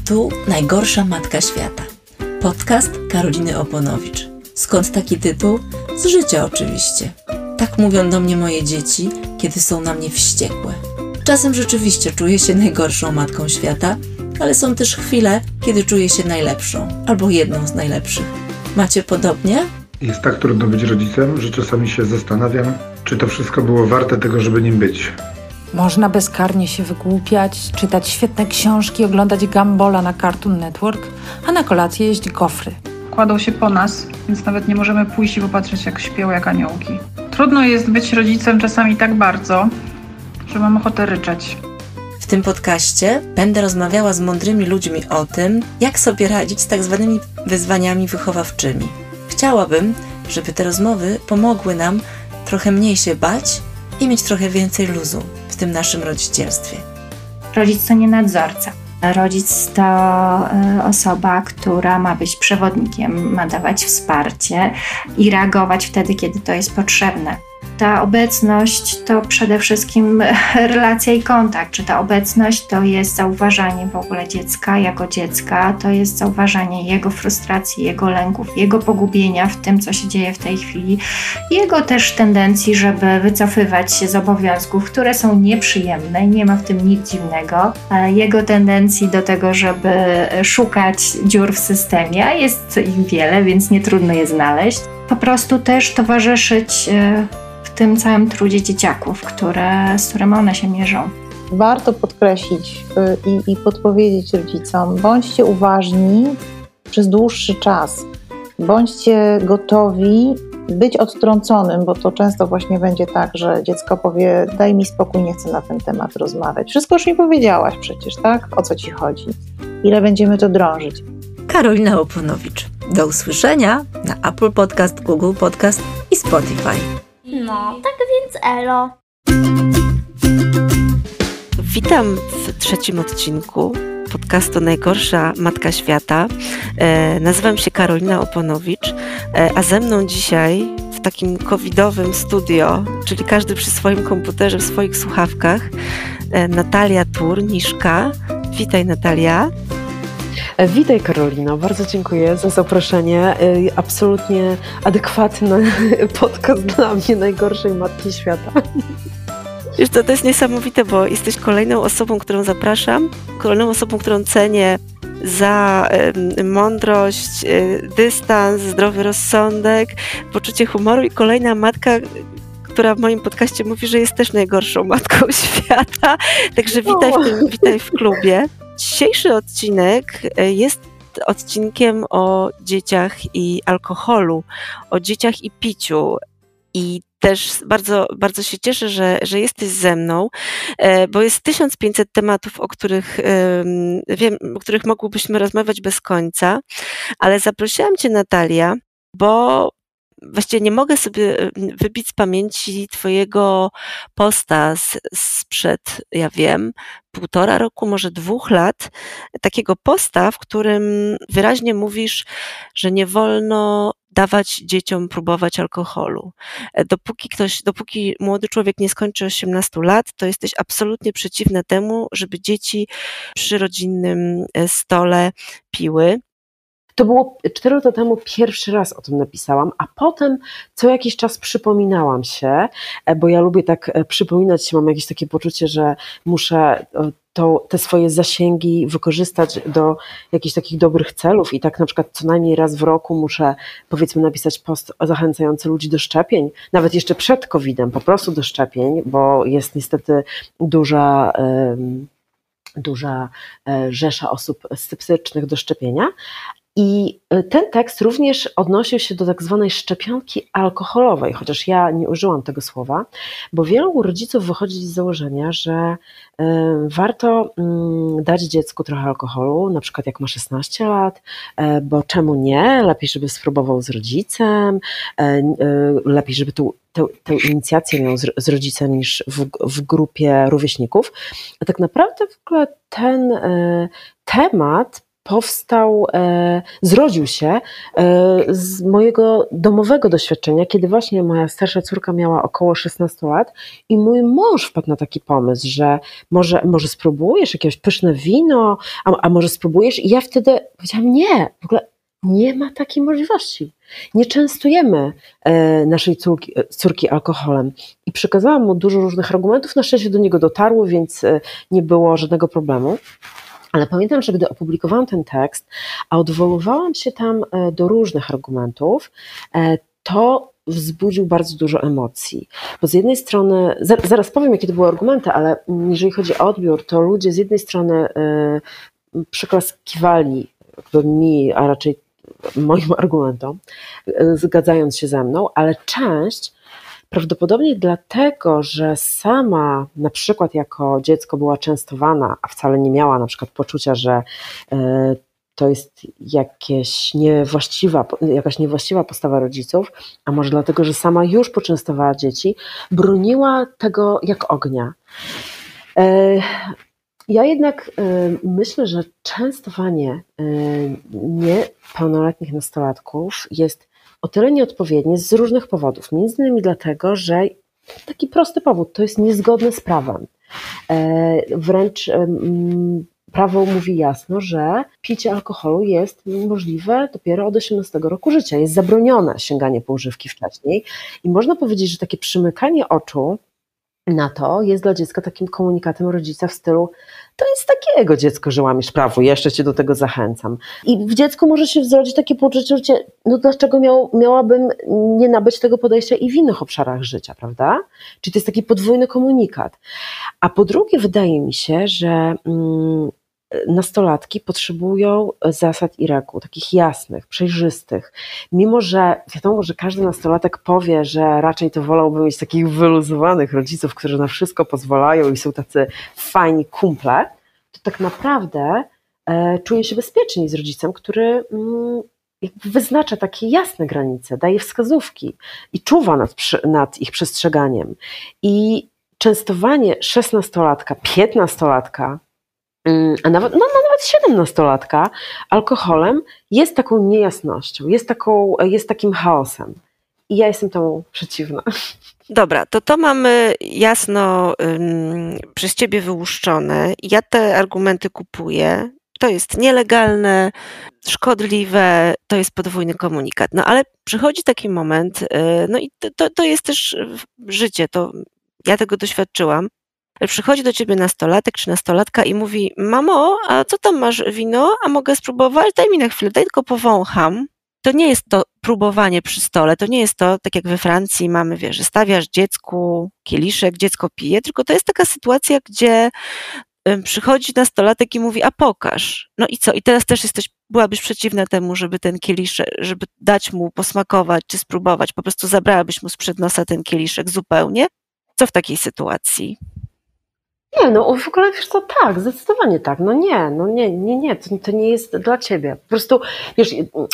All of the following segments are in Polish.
Tu najgorsza matka świata. Podcast Karoliny Oponowicz. Skąd taki tytuł? Z życia oczywiście. Tak mówią do mnie moje dzieci, kiedy są na mnie wściekłe. Czasem rzeczywiście czuję się najgorszą matką świata, ale są też chwile, kiedy czuję się najlepszą, albo jedną z najlepszych. Macie podobnie? Jest tak trudno być rodzicem, że czasami się zastanawiam, czy to wszystko było warte tego, żeby nim być. Można bezkarnie się wygłupiać, czytać świetne książki, oglądać Gumballa na Cartoon Network, a na kolację jeść gofry. Kładą się po nas, więc nawet nie możemy pójść i popatrzeć, jak śpią jak aniołki. Trudno jest być rodzicem czasami tak bardzo, że mam ochotę ryczeć. W tym podcaście będę rozmawiała z mądrymi ludźmi o tym, jak sobie radzić z tak zwanymi wyzwaniami wychowawczymi. Chciałabym, żeby te rozmowy pomogły nam trochę mniej się bać i mieć trochę więcej luzu w tym naszym rodzicielstwie. Rodzic to nie nadzorca. Rodzic to osoba, która ma być przewodnikiem, ma dawać wsparcie i reagować wtedy, kiedy to jest potrzebne. Ta obecność to przede wszystkim relacja i kontakt. Czy ta obecność to jest zauważanie w ogóle dziecka jako dziecka, to jest zauważanie jego frustracji, jego lęków, jego pogubienia w tym, co się dzieje w tej chwili, jego też tendencji, żeby wycofywać się z obowiązków, które są nieprzyjemne i nie ma w tym nic dziwnego, jego tendencji do tego, żeby szukać dziur w systemie, a jest ich wiele, więc nie trudno je znaleźć. Po prostu też towarzyszyć w tym całym trudzie dzieciaków, z którym one się mierzą. Warto podkreślić i podpowiedzieć rodzicom, bądźcie uważni przez dłuższy czas. Bądźcie gotowi być odtrąconym, bo to często właśnie będzie tak, że dziecko powie: daj mi spokój, nie chcę na ten temat rozmawiać. Wszystko już mi powiedziałaś przecież, tak? O co ci chodzi? Ile będziemy to drążyć? Karolina Oponowicz. Do usłyszenia na Apple Podcast, Google Podcast i Spotify. No, tak więc elo. Witam w trzecim odcinku podcastu Najgorsza Matka Świata. Nazywam się Karolina Oponowicz, a ze mną dzisiaj w takim covidowym studio, czyli każdy przy swoim komputerze, w swoich słuchawkach, Natalia Turniszka. Witaj, Natalia. Witaj, Karolino, bardzo dziękuję za zaproszenie. Absolutnie adekwatny podcast dla mnie, najgorszej matki świata. Wiesz, to jest niesamowite, bo jesteś kolejną osobą, którą zapraszam, kolejną osobą, którą cenię za mądrość, dystans, zdrowy rozsądek, poczucie humoru i kolejna matka, która w moim podcaście mówi, że jest też najgorszą matką świata. Także witaj w klubie. Dzisiejszy odcinek jest odcinkiem o dzieciach i alkoholu, o dzieciach i piciu. I też bardzo, bardzo się cieszę, że jesteś ze mną, bo jest 1500 tematów, o których mogłybyśmy rozmawiać bez końca, ale zaprosiłam Cię, Natalia, bo właściwie nie mogę sobie wybić z pamięci twojego posta sprzed, ja wiem, 1,5 roku, może 2 lat, takiego posta, w którym wyraźnie mówisz, że nie wolno dawać dzieciom próbować alkoholu. Dopóki młody człowiek nie skończy 18 lat, to jesteś absolutnie przeciwna temu, żeby dzieci przy rodzinnym stole piły. To było 4 lata temu, pierwszy raz o tym napisałam, a potem co jakiś czas przypominałam się, bo ja lubię tak przypominać się, mam jakieś takie poczucie, że muszę te swoje zasięgi wykorzystać do jakichś takich dobrych celów i tak na przykład co najmniej raz w roku muszę, powiedzmy, napisać post zachęcający ludzi do szczepień, nawet jeszcze przed COVID-em, po prostu do szczepień, bo jest niestety duża rzesza osób sceptycznych do szczepienia. I ten tekst również odnosił się do tak zwanej szczepionki alkoholowej, chociaż ja nie użyłam tego słowa, bo wielu rodziców wychodzi z założenia, że warto dać dziecku trochę alkoholu, na przykład jak ma 16 lat, bo czemu nie? Lepiej, żeby spróbował z rodzicem, lepiej, żeby tę inicjację miał z rodzicem niż w grupie rówieśników. A tak naprawdę w ogóle ten temat zrodził się z mojego domowego doświadczenia, kiedy właśnie moja starsza córka miała około 16 lat i mój mąż wpadł na taki pomysł, że może spróbujesz jakieś pyszne wino, a może spróbujesz? I ja wtedy powiedziałam nie, w ogóle nie ma takiej możliwości. Nie częstujemy naszej córki alkoholem. I przekazałam mu dużo różnych argumentów, na szczęście do niego dotarło, więc nie było żadnego problemu. Ale pamiętam, że gdy opublikowałam ten tekst, a odwoływałam się tam do różnych argumentów, to wzbudził bardzo dużo emocji. Bo z jednej strony, zaraz powiem, jakie to były argumenty, ale jeżeli chodzi o odbiór, to ludzie z jednej strony przyklaskiwali mi, a raczej moim argumentom, zgadzając się ze mną, ale część prawdopodobnie dlatego, że sama na przykład jako dziecko była częstowana, a wcale nie miała na przykład poczucia, że to jest jakaś niewłaściwa postawa rodziców, a może dlatego, że sama już poczęstowała dzieci, broniła tego jak ognia. Ja jednak myślę, że częstowanie niepełnoletnich nastolatków jest o tyle nieodpowiednie z różnych powodów. Między innymi dlatego, że taki prosty powód, to jest niezgodne z prawem. Wręcz prawo mówi jasno, że picie alkoholu jest możliwe dopiero od 18 roku życia. Jest zabronione sięganie po używki wcześniej i można powiedzieć, że takie przymykanie oczu na to jest dla dziecka takim komunikatem rodzica w stylu to jest takiego dziecko, że łamiesz prawo, jeszcze cię do tego zachęcam. I w dziecku może się zrodzić takie poczucie, no dlaczego miałabym nie nabyć tego podejścia i w innych obszarach życia, prawda? Czyli to jest taki podwójny komunikat. A po drugie wydaje mi się, że nastolatki potrzebują zasad i reguł, takich jasnych, przejrzystych. Mimo że wiadomo, że każdy nastolatek powie, że raczej to wolałby mieć takich wyluzowanych rodziców, którzy na wszystko pozwalają i są tacy fajni kumple, to tak naprawdę czuje się bezpiecznie z rodzicem, który jakby wyznacza takie jasne granice, daje wskazówki i czuwa nad ich przestrzeganiem. I częstowanie 16-latka, 15-latka, a nawet 17-latka alkoholem jest taką niejasnością, jest takim chaosem. I ja jestem temu przeciwna. Dobra, to mamy jasno przez ciebie wyłuszczone. Ja te argumenty kupuję. To jest nielegalne, szkodliwe, to jest podwójny komunikat. No ale przychodzi taki moment, no i to jest też życie, to ja tego doświadczyłam. Przychodzi do ciebie nastolatek czy nastolatka i mówi: mamo, a co tam masz wino? A mogę spróbować? Daj mi na chwilę, daj tylko powącham. To nie jest to próbowanie przy stole, to nie jest to, tak jak we Francji mamy, wiesz, że stawiasz dziecku kieliszek, dziecko pije, tylko to jest taka sytuacja, gdzie przychodzi nastolatek i mówi: a pokaż. No i co? I teraz też byłabyś przeciwna temu, żeby ten kieliszek, żeby dać mu posmakować czy spróbować, po prostu zabrałabyś mu sprzed nosa ten kieliszek zupełnie? Co w takiej sytuacji? Nie, no w ogóle wiesz co, tak, zdecydowanie tak, nie, to nie jest dla ciebie. Po prostu, wiesz,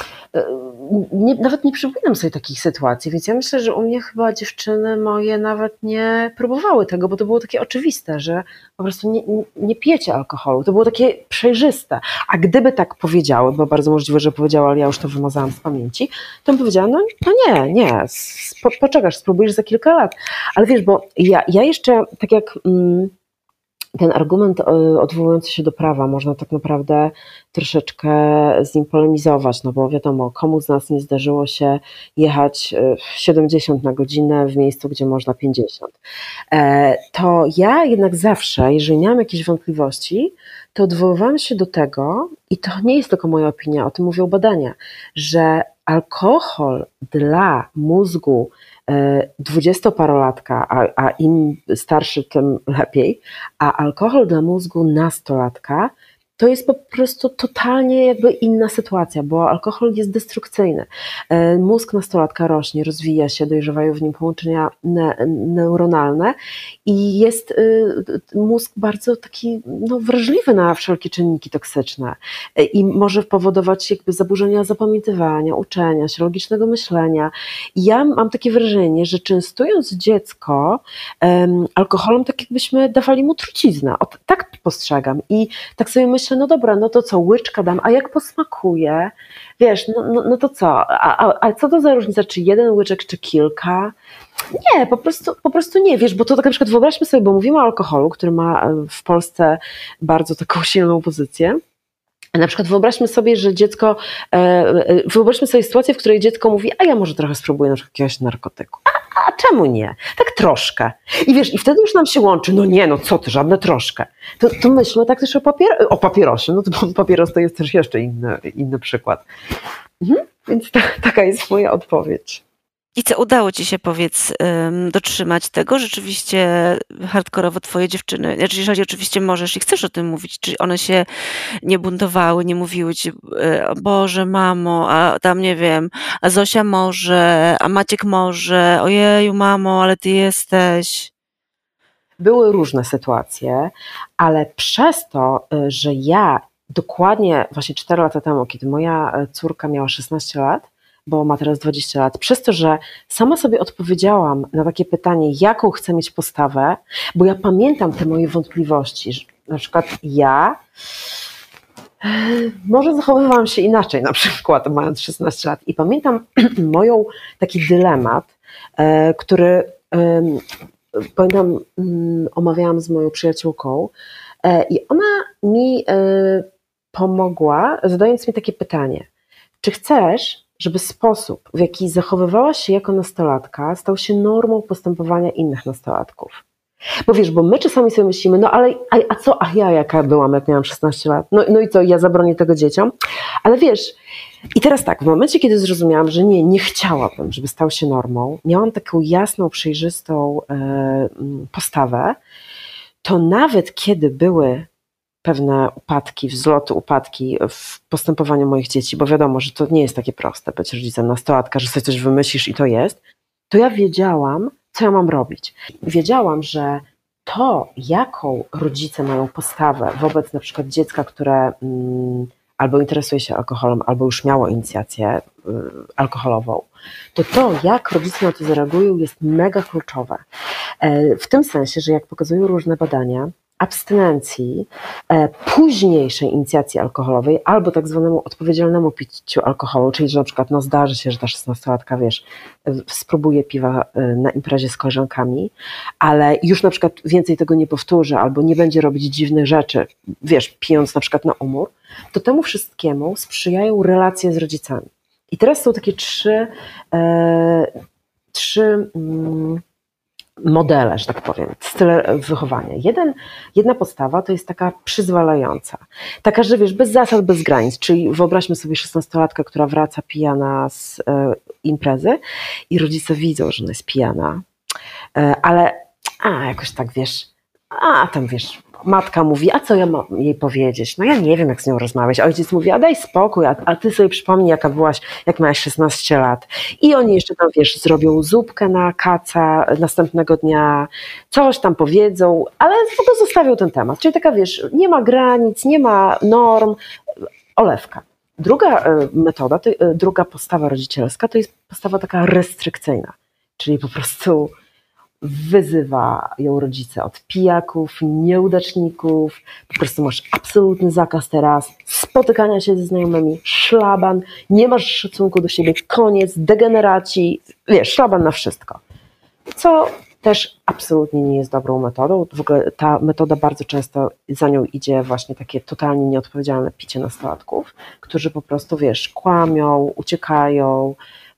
nawet nie przypominam sobie takich sytuacji, więc ja myślę, że u mnie chyba dziewczyny moje nawet nie próbowały tego, bo to było takie oczywiste, że po prostu nie pijecie alkoholu, to było takie przejrzyste. A gdyby tak powiedziały, bo bardzo możliwe, że powiedziały, ale ja już to wymazałam z pamięci, to bym powiedziała, no nie, poczekasz, spróbujesz za kilka lat. Ale wiesz, bo ja jeszcze, tak jak ten argument odwołujący się do prawa, można tak naprawdę troszeczkę z nim polemizować, no bo wiadomo, komu z nas nie zdarzyło się jechać 70 na godzinę w miejscu, gdzie można 50. To ja jednak zawsze, jeżeli miałam jakieś wątpliwości, to odwoływałam się do tego, i to nie jest tylko moja opinia, o tym mówią badania, że alkohol dla mózgu 20-parolatka, a im starszy, tym lepiej, a alkohol dla mózgu nastolatka to jest po prostu totalnie jakby inna sytuacja, bo alkohol jest destrukcyjny. Mózg nastolatka rośnie, rozwija się, dojrzewają w nim połączenia neuronalne i jest mózg bardzo taki wrażliwy na wszelkie czynniki toksyczne i może powodować jakby zaburzenia zapamiętywania, uczenia się, logicznego myślenia. I ja mam takie wrażenie, że częstując dziecko alkoholem, tak jakbyśmy dawali mu truciznę. Tak postrzegam i tak sobie myślę, myślę, no dobra, no to co, łyczka dam, a jak posmakuje, wiesz, no to co, a co to za różnica, czy jeden łyczek, czy kilka? Nie, po prostu nie, wiesz, bo to tak na przykład wyobraźmy sobie, bo mówimy o alkoholu, który ma w Polsce bardzo taką silną pozycję. Na przykład wyobraźmy sobie, że dziecko, wyobraźmy sobie sytuację, w której dziecko mówi, a ja może trochę spróbuję na przykład jakiegoś narkotyku. A czemu nie? Tak troszkę. I wiesz, i wtedy już nam się łączy, no nie, no co ty, żadne troszkę. To myślmy tak też o papierosie, no to papieros to jest też jeszcze inny przykład. Więc taka jest moja odpowiedź. I co, udało ci się, powiedz, dotrzymać tego? Rzeczywiście hardkorowo twoje dziewczyny, znaczy jeżeli oczywiście możesz i chcesz o tym mówić, czy one się nie buntowały, nie mówiły ci, o Boże, mamo, a tam nie wiem, a Zosia może, a Maciek może, ojeju, mamo, ale ty jesteś. Były różne sytuacje, ale przez to, że ja dokładnie właśnie 4 lata temu, kiedy moja córka miała 16 lat, bo ma teraz 20 lat, przez to, że sama sobie odpowiedziałam na takie pytanie, jaką chcę mieć postawę, bo ja pamiętam te moje wątpliwości, że na przykład ja może zachowywałam się inaczej, na przykład mając 16 lat i pamiętam moją taki dylemat, który pamiętam omawiałam z moją przyjaciółką i ona mi pomogła, zadając mi takie pytanie, czy chcesz, żeby sposób, w jaki zachowywałaś się jako nastolatka, stał się normą postępowania innych nastolatków. Bo wiesz, bo my czasami sobie myślimy, no ale a co, a ja jaka byłam, jak miałam 16 lat? No i co, ja zabronię tego dzieciom? Ale wiesz, i teraz tak, w momencie, kiedy zrozumiałam, że nie chciałabym, żeby stał się normą, miałam taką jasną, przejrzystą postawę, to nawet kiedy były pewne wzloty, upadki w postępowaniu moich dzieci, bo wiadomo, że to nie jest takie proste być rodzicem nastolatka, że sobie coś wymyślisz i to jest, to ja wiedziałam, co ja mam robić. Wiedziałam, że to, jaką rodzice mają postawę wobec na przykład dziecka, które albo interesuje się alkoholem, albo już miało inicjację alkoholową, to jak rodzice na to zareagują jest mega kluczowe. W tym sensie, że jak pokazują różne badania, abstynencji, późniejszej inicjacji alkoholowej albo tak zwanemu odpowiedzialnemu piciu alkoholu, czyli że na przykład zdarzy się, że ta 16-latka, wiesz, spróbuje piwa na imprezie z koleżankami, ale już na przykład więcej tego nie powtórzy albo nie będzie robić dziwnych rzeczy, wiesz, pijąc na przykład na umór, to temu wszystkiemu sprzyjają relacje z rodzicami. I teraz są takie trzy modele, że tak powiem, style wychowania. Jedna postawa to jest taka przyzwalająca. Taka, że wiesz, bez zasad, bez granic, czyli wyobraźmy sobie 16-latkę, która wraca pijana z imprezy i rodzice widzą, że ona jest pijana, ale jakoś tak, wiesz, tam wiesz, matka mówi, a co ja mam jej powiedzieć? No ja nie wiem, jak z nią rozmawiać. A ojciec mówi, a daj spokój, a ty sobie przypomnij, jaka byłaś, jak miałaś 16 lat. I oni jeszcze tam, wiesz, zrobią zupkę na kaca następnego dnia, coś tam powiedzą, ale w ogóle zostawią ten temat. Czyli taka, wiesz, nie ma granic, nie ma norm, olewka. Druga metoda, druga postawa rodzicielska to jest postawa taka restrykcyjna, czyli po prostu wyzywa ją rodzice od pijaków, nieudaczników, po prostu masz absolutny zakaz teraz spotykania się ze znajomymi, szlaban, nie masz szacunku do siebie, koniec, degeneraci, wiesz, szlaban na wszystko. Co też absolutnie nie jest dobrą metodą. W ogóle ta metoda bardzo często za nią idzie właśnie takie totalnie nieodpowiedzialne picie nastolatków, którzy po prostu, wiesz, kłamią, uciekają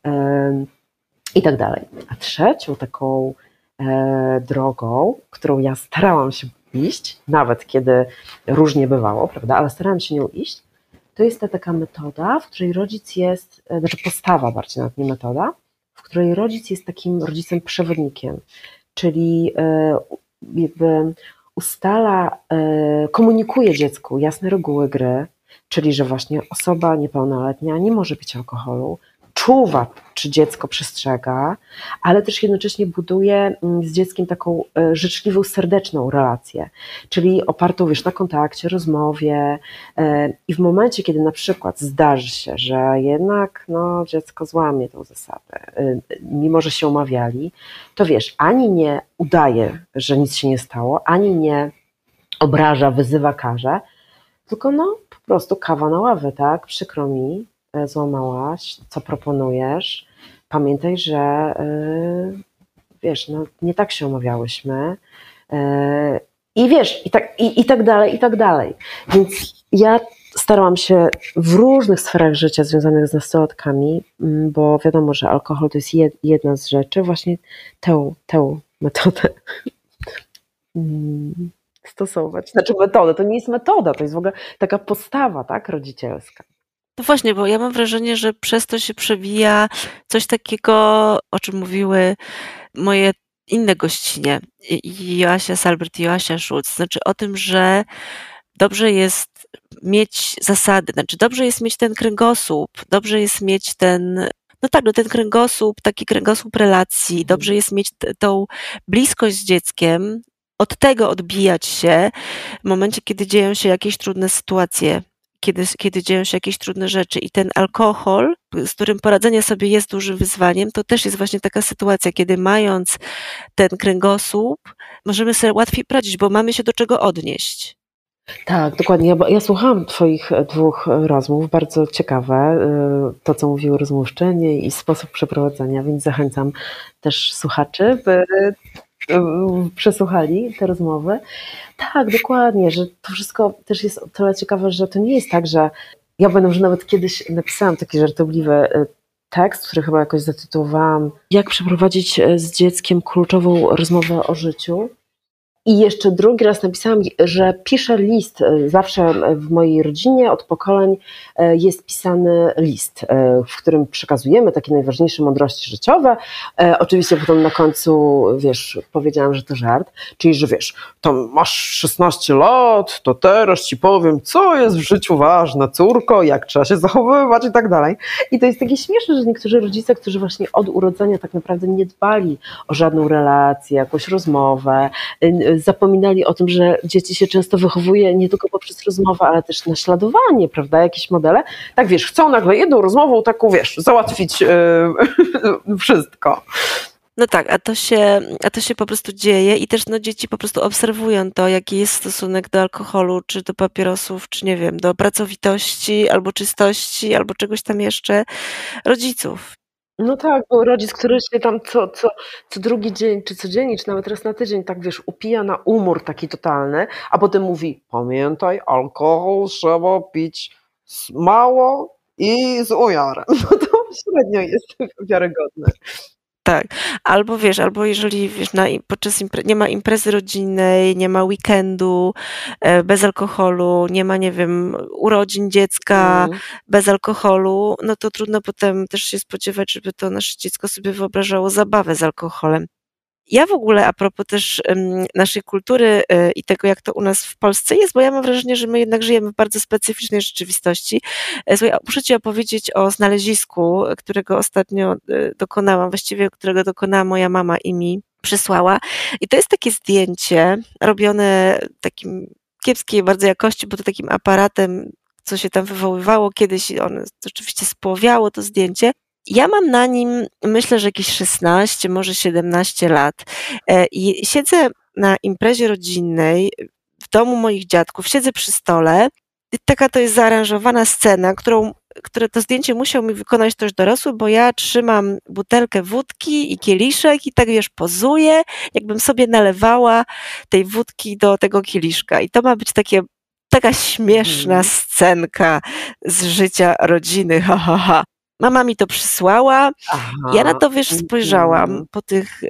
i tak dalej. A trzecią taką drogą, którą ja starałam się iść, nawet kiedy różnie bywało, prawda, ale starałam się nią iść, to jest ta taka metoda, w której rodzic jest, znaczy postawa bardziej, nawet nie metoda, w której rodzic jest takim rodzicem przewodnikiem, czyli jakby ustala, komunikuje dziecku jasne reguły gry, czyli że właśnie osoba niepełnoletnia nie może pić alkoholu, czuwa, czy dziecko przestrzega, ale też jednocześnie buduje z dzieckiem taką życzliwą, serdeczną relację, czyli opartą, wiesz, na kontakcie, rozmowie i w momencie, kiedy na przykład zdarzy się, że jednak dziecko złamie tą zasadę, mimo że się umawiali, to wiesz, ani nie udaje, że nic się nie stało, ani nie obraża, wyzywa, karze, tylko no po prostu kawa na ławę, tak? Przykro mi, złamałaś, co proponujesz? Pamiętaj, że wiesz, no nie tak się umawiałyśmy i wiesz, i tak dalej, i tak dalej. Więc ja starałam się w różnych sferach życia związanych z nastolatkami, bo wiadomo, że alkohol to jest jedna z rzeczy, właśnie tę metodę stosować. Znaczy metodę, to nie jest metoda, to jest w ogóle taka postawa, tak, rodzicielska. No właśnie, bo ja mam wrażenie, że przez to się przewija coś takiego, o czym mówiły moje inne gościnie, Joasia Salbert i Joasia Schulz, znaczy o tym, że dobrze jest mieć zasady, znaczy dobrze jest mieć ten kręgosłup, dobrze jest mieć ten kręgosłup, taki kręgosłup relacji, dobrze jest mieć tą bliskość z dzieckiem, od tego odbijać się w momencie, kiedy dzieją się jakieś trudne sytuacje, kiedy dzieją się jakieś trudne rzeczy i ten alkohol, z którym poradzenie sobie jest dużym wyzwaniem, to też jest właśnie taka sytuacja, kiedy mając ten kręgosłup, możemy sobie łatwiej poradzić, bo mamy się do czego odnieść. Tak, dokładnie. Ja słuchałam Twoich 2 rozmów, bardzo ciekawe, to co mówiły rozmówczynie i sposób przeprowadzenia, więc zachęcam też słuchaczy, by przesłuchali te rozmowy. Tak, dokładnie, że to wszystko też jest o tyle ciekawe, że to nie jest tak, że ja pamiętam, że nawet kiedyś napisałam taki żartobliwy tekst, który chyba jakoś zatytułowałam Jak przeprowadzić z dzieckiem kluczową rozmowę o życiu. I jeszcze drugi raz napisałam, że piszę list. Zawsze w mojej rodzinie od pokoleń jest pisany list, w którym przekazujemy takie najważniejsze mądrości życiowe. Oczywiście potem na końcu, wiesz, powiedziałam, że to żart, czyli, że wiesz, tam masz 16 lat, to teraz ci powiem, co jest w życiu ważne, córko, jak trzeba się zachowywać i tak dalej. I to jest takie śmieszne, że niektórzy rodzice, którzy właśnie od urodzenia tak naprawdę nie dbali o żadną relację, jakąś rozmowę, zapominali o tym, że dzieci się często wychowuje nie tylko poprzez rozmowę, ale też naśladowanie, prawda, jakieś modele. Tak wiesz, chcą nagle jedną rozmową taką, wiesz, załatwić wszystko. No tak, a to się po prostu dzieje i też no, dzieci po prostu obserwują to, jaki jest stosunek do alkoholu, czy do papierosów, czy nie wiem, do pracowitości, albo czystości, albo czegoś tam jeszcze rodziców. No tak, bo rodzic, który się tam co drugi dzień, czy codziennie, czy nawet raz na tydzień, tak wiesz, upija na umór taki totalny, a potem mówi, pamiętaj, alkohol trzeba pić mało i z umiarem. No to średnio jest wiarygodne. Tak, albo wiesz, albo jeżeli wiesz, podczas nie ma imprezy rodzinnej, nie ma weekendu bez alkoholu, nie ma, nie wiem, urodzin dziecka bez alkoholu, no to trudno potem też się spodziewać, żeby to nasze dziecko sobie wyobrażało zabawę z alkoholem. Ja w ogóle a propos też naszej kultury i tego, jak to u nas w Polsce jest, bo ja mam wrażenie, że my jednak żyjemy w bardzo specyficznej rzeczywistości. Słuchaj, muszę Ci opowiedzieć o znalezisku, którego ostatnio dokonałam, właściwie którego dokonała moja mama i mi przysłała. I to jest takie zdjęcie robione takim kiepskiej bardzo jakości, bo to takim aparatem, co się tam wywoływało kiedyś, ono oczywiście spłowiało to zdjęcie. Ja mam na nim, myślę, że jakieś 16, może 17 lat i siedzę na imprezie rodzinnej w domu moich dziadków, siedzę przy stole i taka to jest zaaranżowana scena, które to zdjęcie musiał mi wykonać ktoś dorosły, bo ja trzymam butelkę wódki i kieliszek i tak wiesz, pozuję, jakbym sobie nalewała tej wódki do tego kieliszka i to ma być taka śmieszna scenka z życia rodziny, ha, ha, ha. Mama mi to przysłała, ja na to wiesz spojrzałam po tych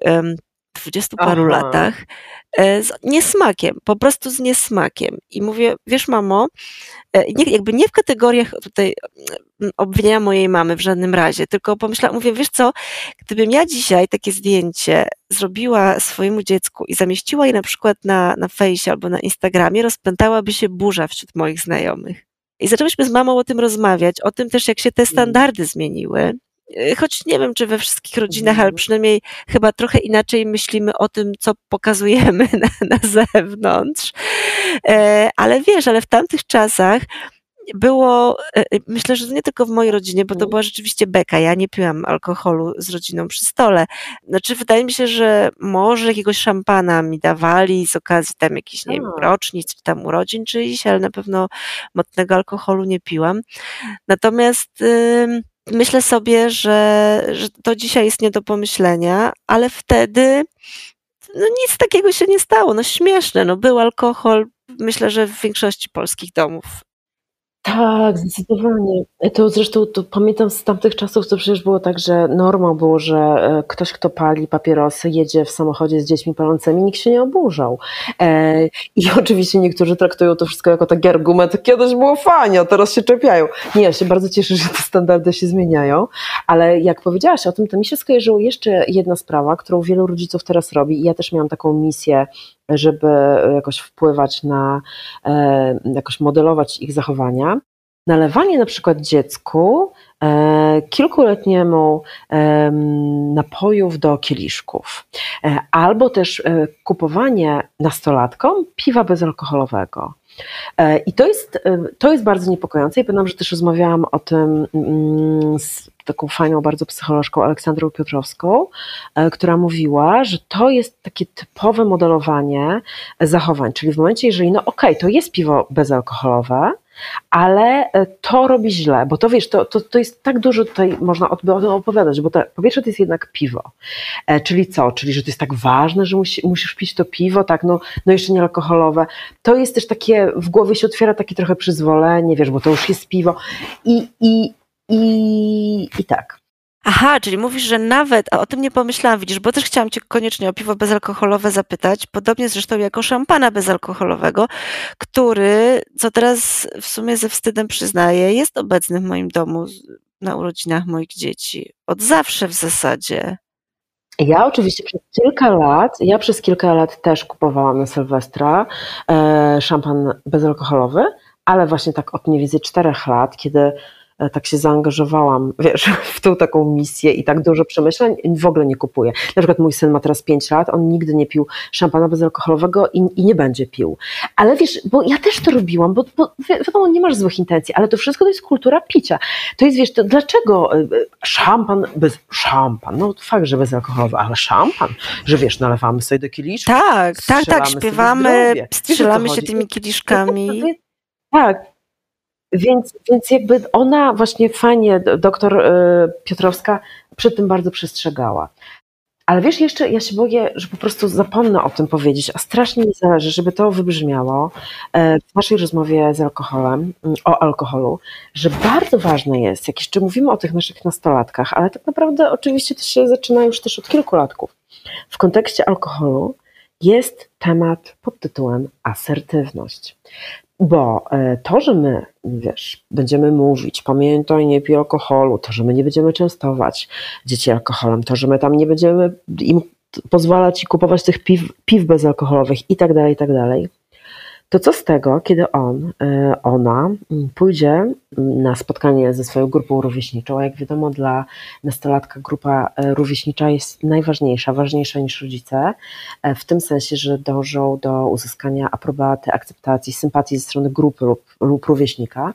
20 paru latach z niesmakiem, po prostu z niesmakiem i mówię, wiesz mamo, jakby nie w kategoriach tutaj obwiniania mojej mamy w żadnym razie, tylko pomyślałam, mówię, wiesz co, gdybym ja dzisiaj takie zdjęcie zrobiła swojemu dziecku i zamieściła je na przykład na fejsie albo na Instagramie, rozpętałaby się burza wśród moich znajomych. I zaczęłyśmy z mamą o tym rozmawiać, o tym też, jak się te standardy zmieniły. Choć nie wiem, czy we wszystkich rodzinach, ale przynajmniej chyba trochę inaczej myślimy o tym, co pokazujemy na zewnątrz. Ale wiesz, ale w tamtych czasach było, myślę, że to nie tylko w mojej rodzinie, bo to była rzeczywiście beka. Ja nie piłam alkoholu z rodziną przy stole. Znaczy, wydaje mi się, że może jakiegoś szampana mi dawali z okazji tam jakichś, nie wiem, rocznic, czy tam urodzin czyichś, ale na pewno mocnego alkoholu nie piłam. Natomiast myślę sobie, że to dzisiaj jest nie do pomyślenia, ale wtedy nic takiego się nie stało. No śmieszne, był alkohol, myślę, że w większości polskich domów. Tak, zdecydowanie. To zresztą pamiętam z tamtych czasów, to przecież było tak, że normą było, że ktoś, kto pali papierosy, jedzie w samochodzie z dziećmi palącymi, nikt się nie oburzał. I oczywiście niektórzy traktują to wszystko jako taki argument, kiedyś było fajnie, a teraz się czepiają. Nie, ja się bardzo cieszę, że te standardy się zmieniają, ale jak powiedziałaś o tym, to mi się skojarzyło jeszcze jedna sprawa, którą wielu rodziców teraz robi i ja też miałam taką misję, żeby jakoś wpływać na, jakoś modelować ich zachowania. Nalewanie na przykład dziecku kilkuletniemu napojów do kieliszków, albo też kupowanie nastolatkom piwa bezalkoholowego. I to jest bardzo niepokojące i pamiętam, że też rozmawiałam o tym z taką fajną bardzo psycholożką Aleksandrą Piotrowską, która mówiła, że to jest takie typowe modelowanie zachowań, czyli w momencie, jeżeli to jest piwo bezalkoholowe, ale to robi źle, bo to wiesz, to jest tak dużo tutaj można o tym opowiadać, bo po pierwsze to jest jednak piwo, czyli co? Czyli, że to jest tak ważne, że musisz pić to piwo, tak, no jeszcze nie alkoholowe. To jest też takie, w głowie się otwiera takie trochę przyzwolenie, wiesz, bo to już jest piwo i tak. Aha, czyli mówisz, że nawet, a o tym nie pomyślałam, widzisz, bo też chciałam cię koniecznie o piwo bezalkoholowe zapytać, podobnie zresztą jak o szampana bezalkoholowego, który, co teraz w sumie ze wstydem przyznaję, jest obecny w moim domu na urodzinach moich dzieci. Od zawsze w zasadzie. Ja oczywiście przez kilka lat też kupowałam na Sylwestra szampan bezalkoholowy, ale właśnie tak od mniej więcej 4 lat, kiedy tak się zaangażowałam, wiesz, w tą taką misję i tak dużo przemyśleń, w ogóle nie kupuję. Na przykład mój syn ma teraz 5 lat, on nigdy nie pił szampana bezalkoholowego i nie będzie pił. Ale wiesz, bo ja też to robiłam, bo wiadomo, nie masz złych intencji, ale to wszystko to jest kultura picia. To jest, wiesz, to dlaczego szampan, no fakt, że bezalkoholowy, ale szampan, że wiesz, nalewamy sobie do kieliszka. Tak, śpiewamy, strzelamy się tymi kieliszkami. Tak. Więc jakby ona właśnie fajnie, doktor Piotrowska, przed tym bardzo przestrzegała. Ale wiesz, jeszcze ja się boję, że po prostu zapomnę o tym powiedzieć, a strasznie mi zależy, żeby to wybrzmiało w naszej rozmowie o alkoholu, że bardzo ważne jest, jak jeszcze mówimy o tych naszych nastolatkach, ale tak naprawdę oczywiście to się zaczyna już też od kilku latków. W kontekście alkoholu jest temat pod tytułem asertywność. Bo to, że my, wiesz, będziemy mówić, pamiętaj, nie pij alkoholu, to, że my nie będziemy częstować dzieci alkoholem, to, że my tam nie będziemy im pozwalać i kupować tych piw bezalkoholowych i tak dalej, to co z tego, kiedy ona pójdzie na spotkanie ze swoją grupą rówieśniczą, a jak wiadomo dla nastolatka grupa rówieśnicza jest najważniejsza, ważniejsza niż rodzice, w tym sensie, że dążą do uzyskania aprobaty, akceptacji, sympatii ze strony grupy lub rówieśnika.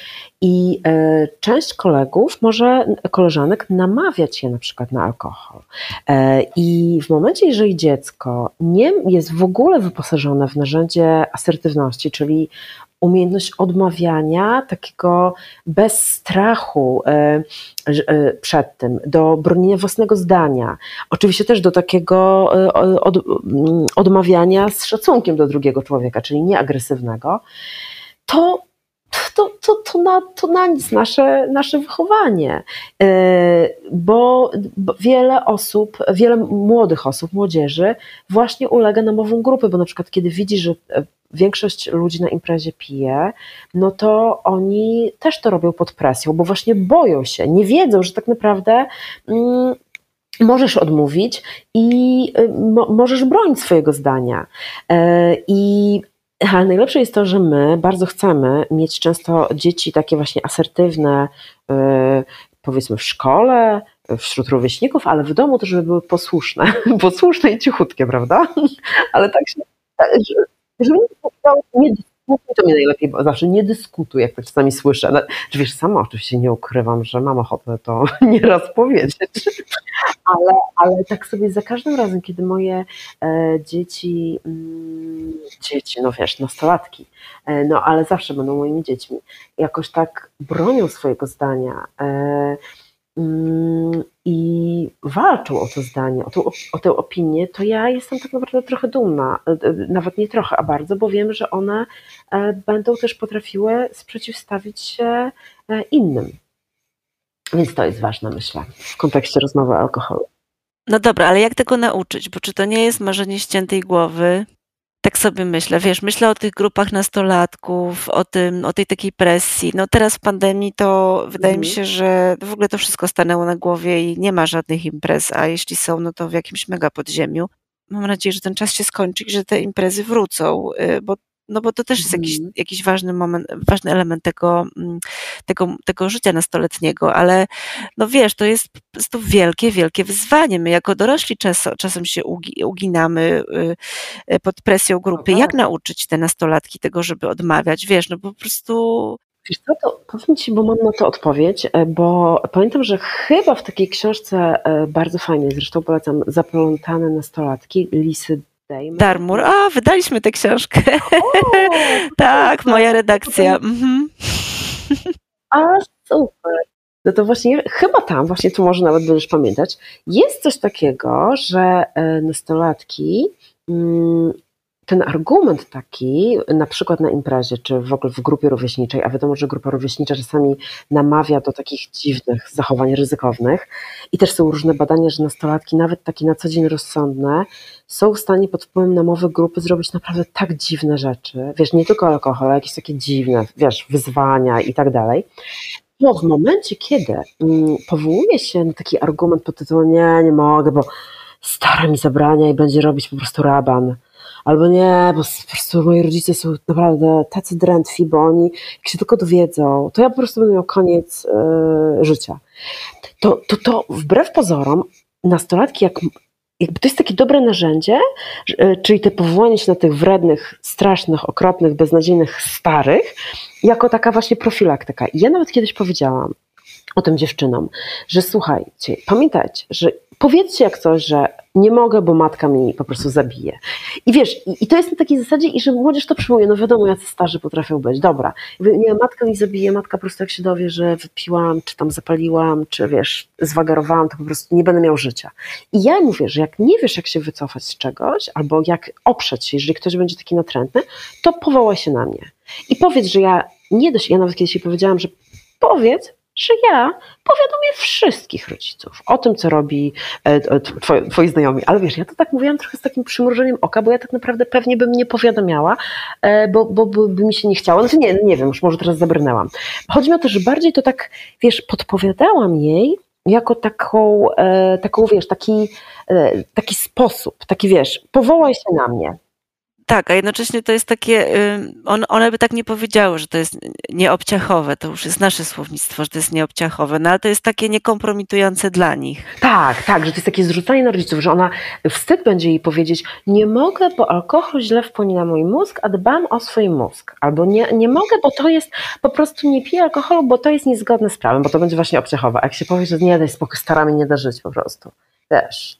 I część kolegów, koleżanek namawiać je na przykład na alkohol. I w momencie, jeżeli dziecko nie jest w ogóle wyposażone w narzędzie asertywności, czyli umiejętność odmawiania takiego bez strachu przed tym, do bronienia własnego zdania, oczywiście też do takiego odmawiania z szacunkiem do drugiego człowieka, czyli nieagresywnego, to na nic nasze wychowanie, bo wiele młodych osób, młodzieży właśnie ulega namowom grupy, bo na przykład kiedy widzi, że większość ludzi na imprezie pije, no to oni też to robią pod presją, bo właśnie boją się, nie wiedzą, że tak naprawdę możesz odmówić i możesz bronić swojego zdania. Ale najlepsze jest to, że my bardzo chcemy mieć często dzieci takie właśnie asertywne, powiedzmy w szkole, wśród rówieśników, ale w domu to, żeby były posłuszne i cichutkie, prawda? Ale tak się, żeby nie dyskutuj, to mnie najlepiej, bo zawsze nie dyskutuj, jak to czasami słyszę. No, wiesz, sama oczywiście nie ukrywam, że mam ochotę to nieraz powiedzieć, ale tak sobie za każdym razem, kiedy moje dzieci, no wiesz, nastolatki, no ale zawsze będą moimi dziećmi, jakoś tak bronią swojego zdania, i walczą o to zdanie, o tę opinię, to ja jestem tak naprawdę trochę dumna, nawet nie trochę, a bardzo, bo wiem, że one będą też potrafiły sprzeciwstawić się innym. Więc to jest ważne, myślę, w kontekście rozmowy o alkoholu. No dobra, ale jak tego nauczyć? Bo czy to nie jest marzenie ściętej głowy? Tak sobie myślę, wiesz, myślę o tych grupach nastolatków, o tej takiej presji. No teraz w pandemii to wydaje mi się, że w ogóle to wszystko stanęło na głowie i nie ma żadnych imprez, a jeśli są, no to w jakimś mega podziemiu. Mam nadzieję, że ten czas się skończy i że te imprezy wrócą, bo to też jest jakiś ważny moment, ważny element tego życia nastoletniego, ale no wiesz, to jest to wielkie, wielkie wyzwanie. My jako dorośli czasem się uginamy pod presją grupy. Jak nauczyć te nastolatki tego, żeby odmawiać? Wiesz, no po prostu... Wiesz co, to powiem Ci, bo mam na to odpowiedź, bo pamiętam, że chyba w takiej książce bardzo fajnej, zresztą polecam, Zaplątane nastolatki, Lisy Darmur. A, wydaliśmy tę książkę. Tak, moja redakcja. A, super. No to właśnie, chyba tam, właśnie tu może nawet będziesz pamiętać, jest coś takiego, że nastolatki, ten argument taki, na przykład na imprezie, czy w ogóle w grupie rówieśniczej, a wiadomo, że grupa rówieśnicza czasami namawia do takich dziwnych zachowań ryzykownych i też są różne badania, że nastolatki, nawet takie na co dzień rozsądne, są w stanie pod wpływem namowy grupy zrobić naprawdę tak dziwne rzeczy, wiesz, nie tylko alkohol, ale jakieś takie dziwne, wiesz, wyzwania i tak dalej. No w momencie, kiedy powołuje się na taki argument pod tytułem nie mogę, bo stara mi zabrania i będzie robić po prostu raban. Albo nie, bo po prostu moi rodzice są naprawdę tacy drętwi, bo oni, jak się tylko dowiedzą, to ja po prostu będę miał koniec życia. To wbrew pozorom nastolatki, jakby to jest takie dobre narzędzie, czyli te powołanie się na tych wrednych, strasznych, okropnych, beznadziejnych starych, jako taka właśnie profilaktyka. I ja nawet kiedyś powiedziałam o tym dziewczynom, że słuchajcie, pamiętajcie, że powiedzcie jak coś, że nie mogę, bo matka mi po prostu zabije. I wiesz, i to jest na takiej zasadzie, i że młodzież to przyjmuje, no wiadomo, jacy starzy potrafią być, dobra, nie, matka mi zabije, matka po prostu jak się dowie, że wypiłam, czy tam zapaliłam, czy wiesz, zwagarowałam, to po prostu nie będę miał życia. I ja mówię, że jak nie wiesz, jak się wycofać z czegoś, albo jak oprzeć się, jeżeli ktoś będzie taki natrętny, to powołaj się na mnie. I powiedz, że ja nawet kiedyś jej powiedziałam, że powiedz, że ja powiadomię wszystkich rodziców o tym, co robi twoi znajomi. Ale wiesz, ja to tak mówiłam trochę z takim przymrużeniem oka, bo ja tak naprawdę pewnie bym nie powiadamiała, bo by mi się nie chciało. Znaczy nie wiem, już może teraz zabrnęłam. Chodzi mi o to, że bardziej to tak, wiesz, podpowiadałam jej jako taką wiesz, taki sposób, taki wiesz, powołaj się na mnie. Tak, a jednocześnie to jest takie, one by tak nie powiedziały, że to jest nieobciachowe, to już jest nasze słownictwo, że to jest nieobciachowe, no ale to jest takie niekompromitujące dla nich. Tak, że to jest takie zrzucanie na rodziców, że ona wstyd będzie jej powiedzieć, nie mogę, bo alkohol źle wpłynie na mój mózg, a dbam o swój mózg. Albo nie mogę, bo to jest, po prostu nie piję alkoholu, bo to jest niezgodne z prawem, bo to będzie właśnie obciachowe. A jak się powie, że nie, daj spokój, staramy nie da żyć po prostu. Wiesz,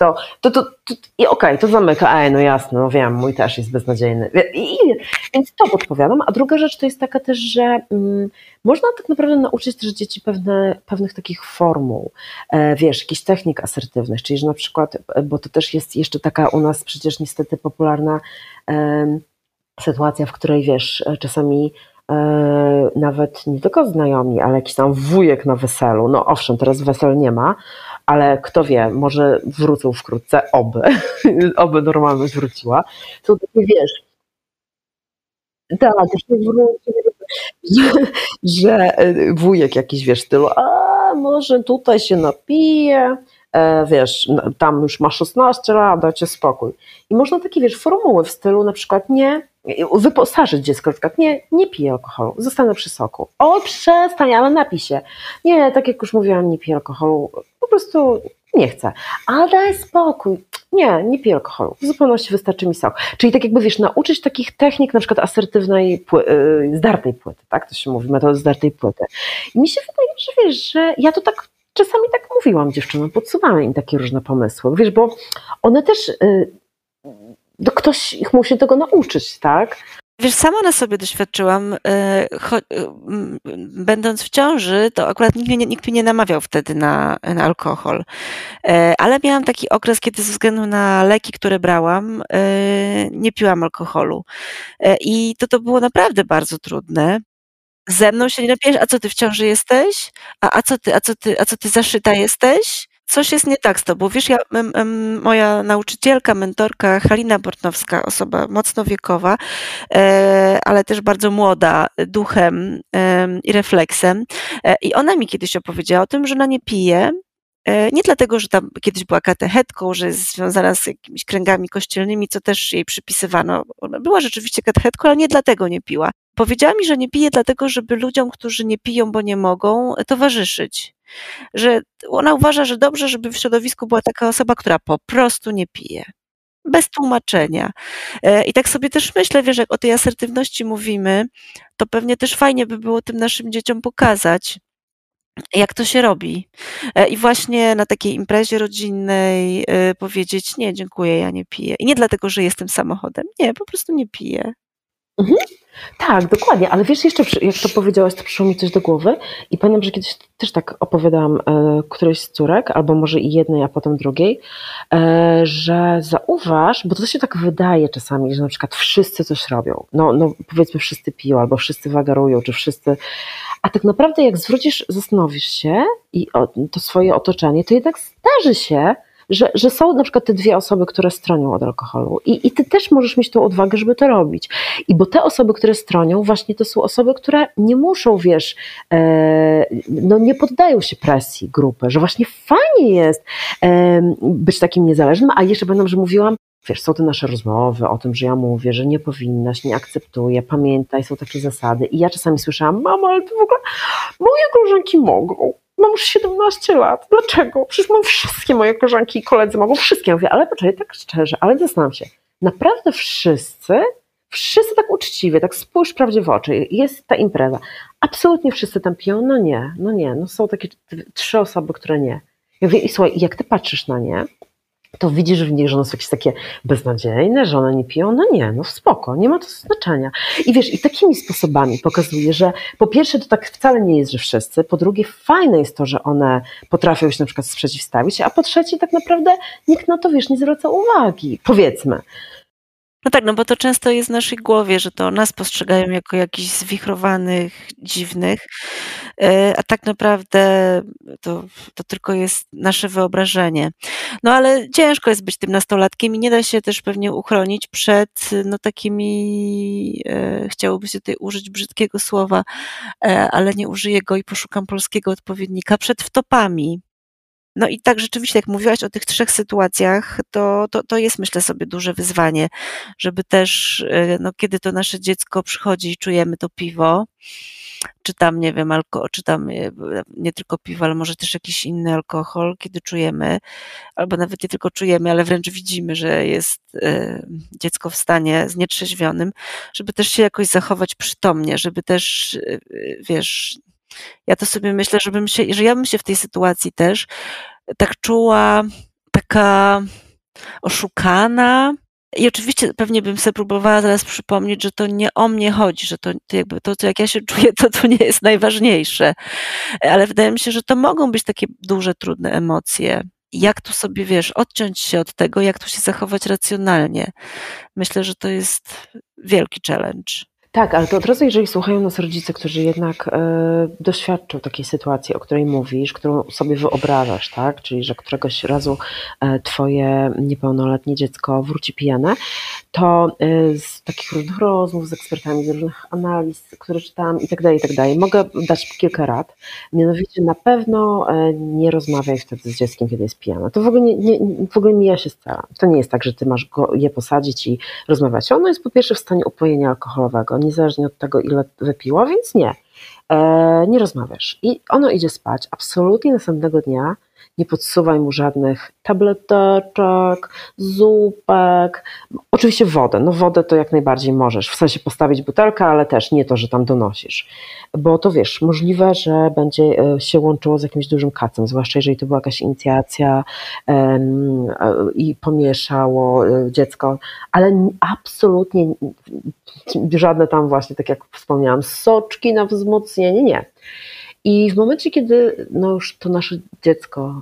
i okej, to zamyka, no jasne, no wiem, mój też jest beznadziejny. Więc to podpowiadam. A druga rzecz to jest taka też, że można tak naprawdę nauczyć też dzieci pewnych takich formuł, wiesz, jakichś technik asertywnych, czyli że na przykład, bo to też jest jeszcze taka u nas przecież niestety popularna sytuacja, w której wiesz, czasami nawet nie tylko znajomi, ale jakiś tam wujek na weselu, no owszem, teraz wesel nie ma, ale kto wie, może wrócą wkrótce, oby normalność wróciła, to takie wiesz, tak, że wujek jakiś, wiesz, w stylu, a może tutaj się napije, wiesz, tam już ma 16 lat, dajcie spokój. I można takie, wiesz, formuły w stylu na przykład wyposażyć dziecko, na przykład nie piję alkoholu, zostanę przy soku. O, przestań, ale napij się. Nie, tak jak już mówiłam, nie piję alkoholu, po prostu nie chcę, ale daj spokój, nie piję alkoholu, w zupełności wystarczy mi sok. Czyli tak jakby, wiesz, nauczyć takich technik, na przykład asertywnej, zdartej płyty, tak, to się mówi, metody zdartej płyty. I mi się wydaje, że wiesz, że ja to tak czasami tak mówiłam dziewczynom, podsuwałam im takie różne pomysły, wiesz, bo one też, ktoś ich musi tego nauczyć, tak? Wiesz, sama na sobie doświadczyłam, będąc w ciąży, to akurat nikt mnie nie namawiał wtedy na alkohol, ale miałam taki okres, kiedy ze względu na leki, które brałam, nie piłam alkoholu i to było naprawdę bardzo trudne. Ze mną się nie napijesz, a co ty w ciąży jesteś? A co ty zaszyta jesteś? Coś jest nie tak z tobą. Wiesz, moja nauczycielka, mentorka Halina Bortnowska, osoba mocno wiekowa, ale też bardzo młoda duchem i refleksem. I ona mi kiedyś opowiedziała o tym, że ona nie pije. Nie dlatego, że tam kiedyś była katechetką, że jest związana z jakimiś kręgami kościelnymi, co też jej przypisywano. Ona była rzeczywiście katechetką, ale nie dlatego nie piła. Powiedziała mi, że nie pije dlatego, żeby ludziom, którzy nie piją, bo nie mogą, towarzyszyć. Że ona uważa, że dobrze, żeby w środowisku była taka osoba, która po prostu nie pije. Bez tłumaczenia. I tak sobie też myślę, wiesz, jak o tej asertywności mówimy, to pewnie też fajnie by było tym naszym dzieciom pokazać, jak to się robi. I właśnie na takiej imprezie rodzinnej powiedzieć, nie, dziękuję, ja nie piję. I nie dlatego, że jestem samochodem. Nie, po prostu nie piję. Mhm. Tak, dokładnie, ale wiesz, jeszcze jak to powiedziałaś, to przyszło mi coś do głowy i pamiętam, że kiedyś też tak opowiadałam którejś z córek, albo może i jednej, a potem drugiej, że zauważ, bo to się tak wydaje czasami, że na przykład wszyscy coś robią, no powiedzmy wszyscy piją, albo wszyscy wagarują, czy wszyscy, a tak naprawdę jak zastanowisz się i to swoje otoczenie, to jednak zdarzy się, że są na przykład te dwie osoby, które stronią od alkoholu i ty też możesz mieć tą odwagę, żeby to robić. I bo te osoby, które stronią, właśnie to są osoby, które nie muszą, wiesz, nie poddają się presji grupy, że właśnie fajnie jest być takim niezależnym, a jeszcze pamiętam, że mówiłam, wiesz, są te nasze rozmowy o tym, że ja mówię, że nie powinnaś, nie akceptuję, pamiętaj, są takie zasady. I ja czasami słyszałam, mamo, ale to w ogóle moje koleżanki mogą. Mam już 17 lat. Dlaczego? Przecież mam wszystkie moje koleżanki i koledzy mogą wszystkie. Ja mówię, ale poczekaj, tak szczerze, ale zastanawiam się. Naprawdę wszyscy tak uczciwie, tak spójrz prawdzie w oczy. Jest ta impreza. Absolutnie wszyscy tam piją? No nie. No są takie 3 osoby, które nie. Ja mówię, i słuchaj, jak ty patrzysz na nie, to widzisz w nich, że one są jakieś takie beznadziejne, że one nie piją, no nie, no spoko, nie ma to znaczenia. I wiesz, i takimi sposobami pokazuje, że po pierwsze to tak wcale nie jest, że wszyscy, po drugie fajne jest to, że one potrafią się na przykład sprzeciwstawić, a po trzecie tak naprawdę nikt na to, wiesz, nie zwraca uwagi, powiedzmy. No tak, no bo to często jest w naszej głowie, że to nas postrzegają jako jakichś zwichrowanych, dziwnych, a tak naprawdę to tylko jest nasze wyobrażenie. No ale ciężko jest być tym nastolatkiem i nie da się też pewnie uchronić przed takimi, chciałoby się tutaj użyć brzydkiego słowa, ale nie użyję go i poszukam polskiego odpowiednika, przed wtopami. No i tak rzeczywiście, jak mówiłaś o tych 3 sytuacjach, to jest, myślę sobie, duże wyzwanie, żeby też, kiedy to nasze dziecko przychodzi i czujemy to piwo, czy tam, nie wiem, czy tam nie tylko piwo, ale może też jakiś inny alkohol, kiedy czujemy, albo nawet nie tylko czujemy, ale wręcz widzimy, że jest dziecko w stanie znietrzeźwionym, żeby też się jakoś zachować przytomnie, żeby też, wiesz, ja to sobie myślę, że ja bym się w tej sytuacji też tak czuła, taka oszukana. I oczywiście pewnie bym sobie próbowała zaraz przypomnieć, że to nie o mnie chodzi, że to jakby to, jak ja się czuję, to nie jest najważniejsze. Ale wydaje mi się, że to mogą być takie duże, trudne emocje. Jak tu sobie, wiesz, odciąć się od tego, jak tu się zachować racjonalnie. Myślę, że to jest wielki challenge. Tak, ale to od razu, jeżeli słuchają nas rodzice, którzy jednak doświadczą takiej sytuacji, o której mówisz, którą sobie wyobrażasz, tak? Czyli że któregoś razu twoje niepełnoletnie dziecko wróci pijane, to z takich różnych rozmów z ekspertami, z różnych analiz, które czytałam i tak dalej, mogę dać kilka rad. Mianowicie na pewno nie rozmawiaj wtedy z dzieckiem, kiedy jest pijane. To w ogóle mija się z celem. To nie jest tak, że ty masz je posadzić i rozmawiać. Ono jest po pierwsze w stanie upojenia alkoholowego, niezależnie od tego, ile wypiło, więc nie rozmawiasz. I ono idzie spać, absolutnie następnego dnia nie podsuwaj mu żadnych tableteczek, zupek, oczywiście wodę, no wodę to jak najbardziej możesz, w sensie postawić butelkę, ale też nie to, że tam donosisz, bo to wiesz, możliwe, że będzie się łączyło z jakimś dużym kacem, zwłaszcza jeżeli to była jakaś inicjacja i pomieszało dziecko, ale absolutnie żadne tam właśnie, tak jak wspomniałam, soczki na wzmocnienie, nie. I w momencie, kiedy no już to nasze dziecko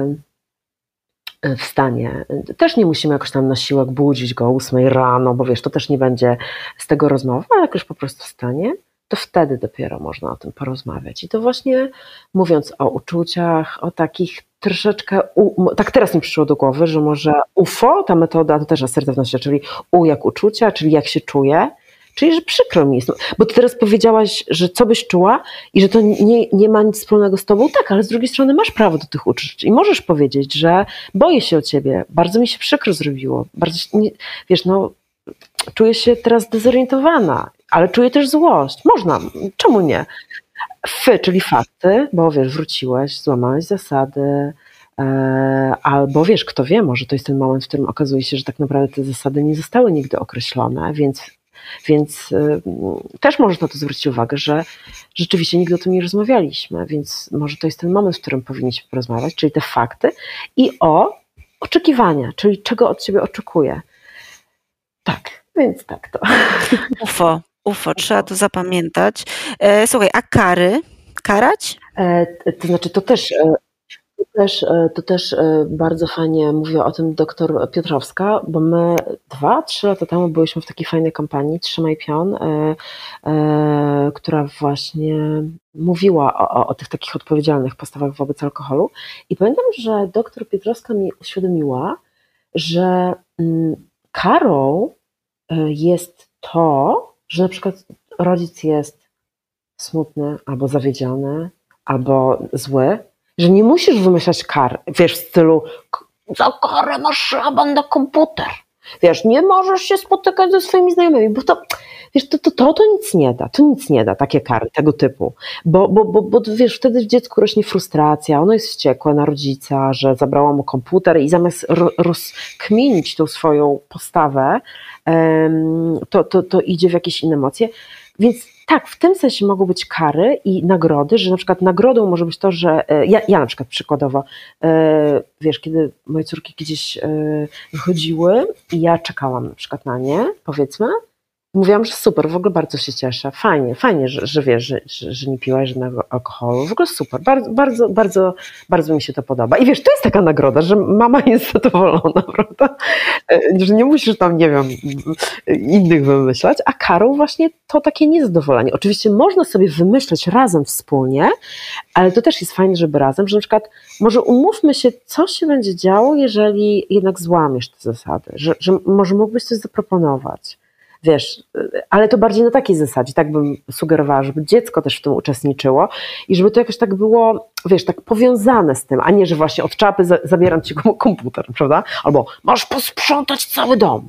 wstanie, też nie musimy jakoś tam na siłę budzić go o 8 rano, bo wiesz, to też nie będzie z tego rozmowy, ale jak już po prostu wstanie, to wtedy dopiero można o tym porozmawiać. I to właśnie mówiąc o uczuciach, o takich troszeczkę, tak teraz mi przyszło do głowy, że może UFO, ta metoda to też asertywność, czyli U jak uczucia, czyli jak się czuję, czyli że przykro mi jest, bo ty teraz powiedziałaś, że co byś czuła i że to nie ma nic wspólnego z tobą, tak, ale z drugiej strony masz prawo do tych uczuć i możesz powiedzieć, że boję się o ciebie, bardzo mi się przykro zrobiło, bardzo, wiesz, no czuję się teraz dezorientowana, ale czuję też złość, można, czemu nie? Czyli fakty, bo wiesz, wróciłeś, złamałeś zasady, albo wiesz, kto wie, może to jest ten moment, w którym okazuje się, że tak naprawdę te zasady nie zostały nigdy określone, więc też możesz na to zwrócić uwagę, że rzeczywiście nigdy o tym nie rozmawialiśmy, więc może to jest ten moment, w którym powinniśmy porozmawiać, czyli te fakty i o oczekiwania, czyli czego od ciebie oczekuję. Tak, więc tak to. UFO, trzeba to zapamiętać. Słuchaj, a kary? Karać? To znaczy, to też bardzo fajnie mówiła o tym doktor Piotrowska, bo my 2-3 lata temu byliśmy w takiej fajnej kampanii Trzymaj Pion, która właśnie mówiła o tych takich odpowiedzialnych postawach wobec alkoholu i pamiętam, że doktor Piotrowska mi uświadomiła, że karą jest to, że na przykład rodzic jest smutny albo zawiedziony, albo zły, że nie musisz wymyślać kar, wiesz, w stylu za karę masz szaban na komputer, wiesz, nie możesz się spotykać ze swoimi znajomymi, bo to, wiesz, to nic nie da, takie kary tego typu, bo wiesz, wtedy w dziecku rośnie frustracja, ono jest wściekłe na rodzica, że zabrała mu komputer i zamiast rozkminić tą swoją postawę, to idzie w jakieś inne emocje, więc tak, w tym sensie mogą być kary i nagrody, że na przykład nagrodą może być to, że ja na przykład przykładowo, wiesz, kiedy moje córki gdzieś wychodziły i ja czekałam na przykład na nie, powiedzmy, mówiłam, że super, w ogóle bardzo się cieszę, fajnie, że wiesz, że nie piłaś żadnego alkoholu, w ogóle super, bardzo mi się to podoba. I wiesz, to jest taka nagroda, że mama jest zadowolona, prawda? Że nie musisz tam, nie wiem, innych wymyślać, a karą właśnie to takie niezadowolenie. Oczywiście można sobie wymyśleć razem, wspólnie, ale to też jest fajne, żeby razem, że na przykład może umówmy się, co się będzie działo, jeżeli jednak złamiesz te zasady, że może mógłbyś coś zaproponować. Wiesz, ale to bardziej na takiej zasadzie, tak bym sugerowała, żeby dziecko też w tym uczestniczyło i żeby to jakoś tak było, wiesz, tak powiązane z tym, a nie, że właśnie od czapy zabieram ci komputer, prawda? Albo masz posprzątać cały dom.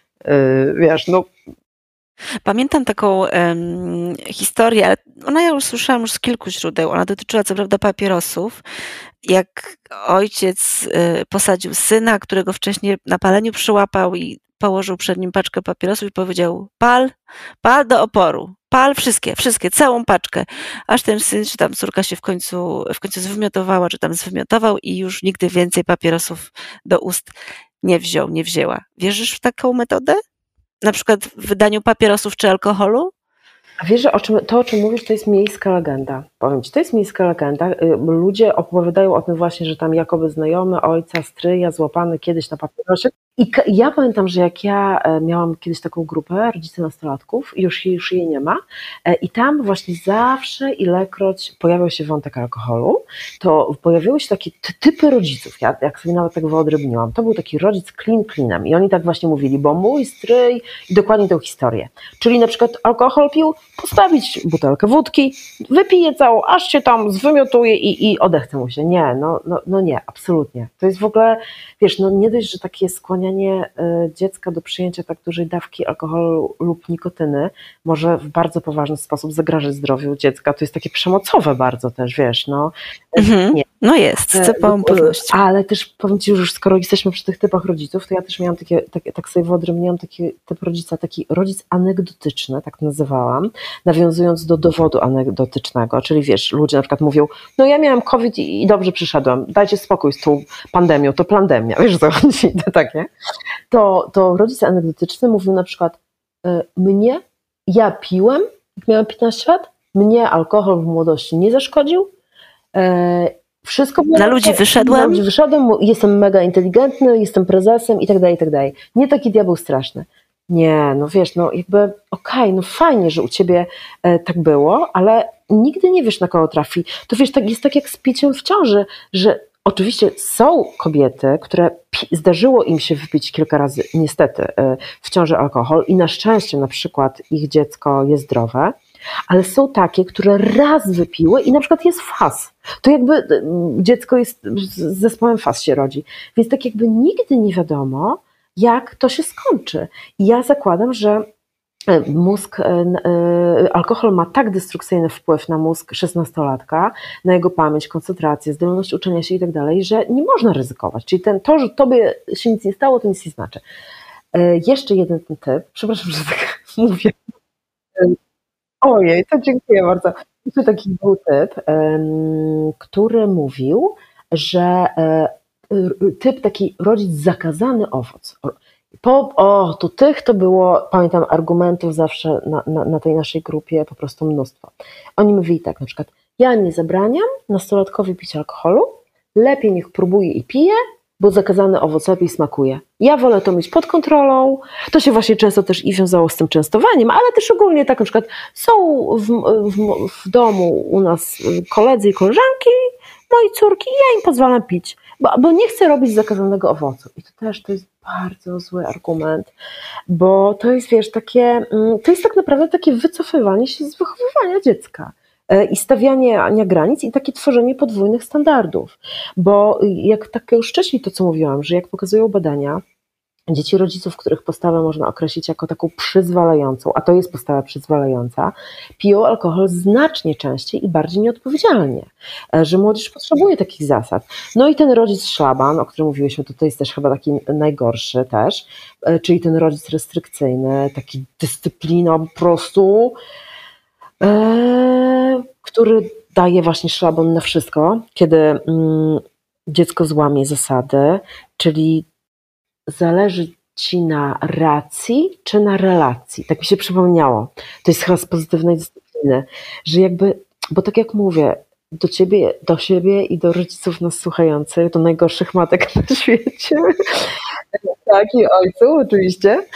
Wiesz, no. Pamiętam taką historię, ale ona ja już słyszałam już z kilku źródeł, ona dotyczyła co prawda papierosów, jak ojciec posadził syna, którego wcześniej na paleniu przyłapał i położył przed nim paczkę papierosów i powiedział: pal do oporu, pal wszystkie, całą paczkę. Aż ten syn czy tam córka się w końcu zwymiotowała, czy tam zwymiotował i już nigdy więcej papierosów do ust nie wzięła. Wierzysz w taką metodę? Na przykład w wydaniu papierosów czy alkoholu? A wiesz, że o czym mówisz, to jest miejska legenda. Powiem ci, to jest miejska legenda. Ludzie opowiadają o tym właśnie, że tam jakoby znajomy ojca, stryja, złapany kiedyś na papierosie. I ja pamiętam, że jak ja miałam kiedyś taką grupę rodzice nastolatków, już jej nie ma, i tam właśnie zawsze, ilekroć pojawiał się wątek alkoholu, to pojawiły się takie typy rodziców. Ja jak sobie nawet tak wyodrębniłam, to był taki rodzic klinem i oni tak właśnie mówili, bo mój stryj i dokładnie tę historię. Czyli na przykład alkohol pił, postawić butelkę wódki, wypije całą, aż się tam zwymiotuje i odechce mu się. Nie, no nie, absolutnie. To jest w ogóle, wiesz, no nie dość, że takie skłanianie dziecka do przyjęcia tak dużej dawki alkoholu lub nikotyny może w bardzo poważny sposób zagrażać zdrowiu dziecka. To jest takie przemocowe bardzo też, wiesz, no. Nie. No jest, z całą pewnością. Ale też powiem Ci, że już skoro jesteśmy przy tych typach rodziców, to ja też miałam tak sobie wyodrębniałam taki typ rodzica, taki rodzic anegdotyczny, tak nazywałam, nawiązując do dowodu anegdotycznego, czyli wiesz, ludzie na przykład mówią, no ja miałam COVID i dobrze przyszedłem, dajcie spokój z tą pandemią, to plandemia, wiesz o co chodzi, to takie. To rodzic anegdotyczny mówił na przykład, ja piłem, jak miałem 15 lat, mnie alkohol w młodości nie zaszkodził, wszystko było na ludzi wyszedłem, jestem mega inteligentny, jestem prezesem i tak dalej, i tak dalej. Nie taki diabeł straszny. Nie, no wiesz, no jakby okej, no fajnie, że u ciebie tak było, ale nigdy nie wiesz, na kogo trafi. To wiesz, tak, jest tak jak z piciem w ciąży, że oczywiście są kobiety, które zdarzyło im się wypić kilka razy, niestety, w ciąży alkohol i na szczęście na przykład ich dziecko jest zdrowe, ale są takie, które raz wypiły i na przykład jest FAS. To jakby dziecko jest z zespołem FAS się rodzi. Więc tak jakby nigdy nie wiadomo, jak to się skończy. I ja zakładam, że alkohol ma tak destrukcyjny wpływ na mózg 16-latka, na jego pamięć, koncentrację, zdolność uczenia się i tak dalej, że nie można ryzykować. Czyli to, że tobie się nic nie stało, to nic nie znaczy. Jeszcze jeden typ, przepraszam, że tak mówię. Ojej, to dziękuję bardzo. To taki był typ, który mówił, że typ taki rodzic zakazany owoc. To było, pamiętam, argumentów zawsze na tej naszej grupie po prostu mnóstwo. Oni mówili tak, na przykład, ja nie zabraniam nastolatkowi pić alkoholu, lepiej niech próbuje i pije, bo zakazany owoc lepiej smakuje. Ja wolę to mieć pod kontrolą. To się właśnie często też i wiązało z tym częstowaniem, ale też ogólnie tak na przykład są w domu u nas koledzy i koleżanki, moi córki, ja im pozwalam pić, bo nie chcę robić zakazanego owocu. I to jest bardzo zły argument, bo to jest, wiesz, to jest tak naprawdę takie wycofywanie się z wychowywania dziecka i stawianie granic i takie tworzenie podwójnych standardów, bo jak tak już wcześniej to, co mówiłam, że jak pokazują badania, dzieci rodziców, których postawę można określić jako taką przyzwalającą, a to jest postawa przyzwalająca, piją alkohol znacznie częściej i bardziej nieodpowiedzialnie, że młodzież potrzebuje takich zasad. No i ten rodzic szlaban, o którym mówiłyśmy, to jest też chyba taki najgorszy też, czyli ten rodzic restrykcyjny, taki dyscyplina po prostu, który daje właśnie szlaban na wszystko, kiedy dziecko złamie zasady, czyli zależy ci na racji czy na relacji. Tak mi się przypomniało. To jest chyba z pozytywnej dyscypliny, że jakby, bo tak jak mówię, do siebie i do rodziców nas słuchających, do najgorszych matek na świecie, tak i ojców oczywiście,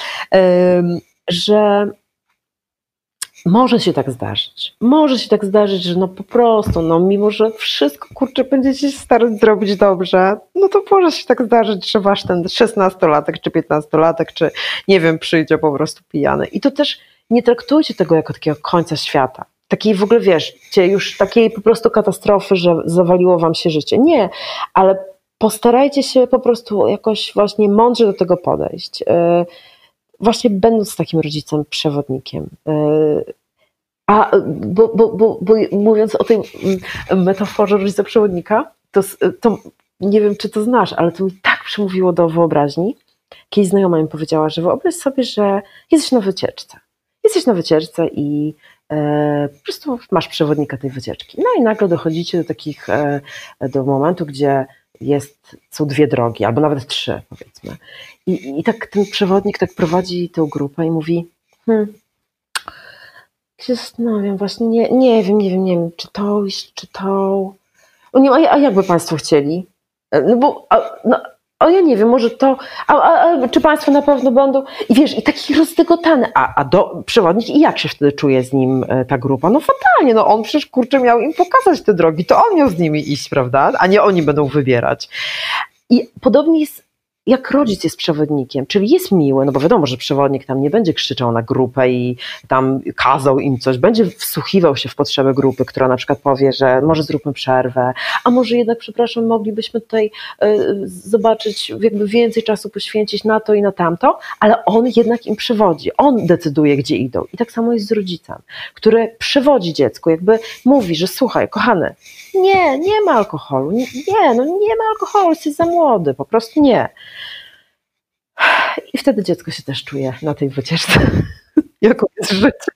że może się tak zdarzyć. Może się tak zdarzyć, że no po prostu, no mimo, że wszystko, kurczę, będziecie się starać zrobić dobrze, no to może się tak zdarzyć, że wasz ten 16-latek czy 15-latek, czy nie wiem, przyjdzie po prostu pijany. I to też nie traktujcie tego jako takiego końca świata. Takiej w ogóle, wiesz, już takiej po prostu katastrofy, że zawaliło wam się życie. Nie, ale postarajcie się po prostu jakoś właśnie mądrze do tego podejść. Właśnie będąc takim rodzicem przewodnikiem. Bo mówiąc o tej metaforze rodzica przewodnika, to nie wiem, czy to znasz, ale to mi tak przemówiło do wyobraźni. Kiedyś znajoma mi powiedziała, że wyobraź sobie, że jesteś na wycieczce. Jesteś na wycieczce i po prostu masz przewodnika tej wycieczki. No i nagle dochodzicie do momentu, gdzie są 2 drogi, albo nawet 3, powiedzmy. I tak ten przewodnik tak prowadzi tę grupę i mówi, się zastanawiam właśnie, nie wiem, czy to iść, czy to... A jakby Państwo chcieli? No bo, ja nie wiem, może to, czy Państwo na pewno będą? I wiesz, i taki rozdygotany, przewodnik, i jak się wtedy czuje z nim ta grupa? No fatalnie, no on przecież, kurczę, miał im pokazać te drogi, to on miał z nimi iść, prawda? A nie oni będą wybierać. I podobnie jest jak rodzic jest przewodnikiem, czyli jest miły, no bo wiadomo, że przewodnik tam nie będzie krzyczał na grupę i tam kazał im coś, będzie wsłuchiwał się w potrzeby grupy, która na przykład powie, że może zróbmy przerwę, a może jednak, przepraszam, moglibyśmy tutaj zobaczyć, jakby więcej czasu poświęcić na to i na tamto, ale on jednak im przewodzi, on decyduje, gdzie idą. I tak samo jest z rodzicem, który przewodzi dziecku, jakby mówi, że słuchaj, kochany, nie ma alkoholu, nie ma alkoholu, jesteś za młody, po prostu nie. I wtedy dziecko się też czuje na tej wycieczce, jaką jest życie.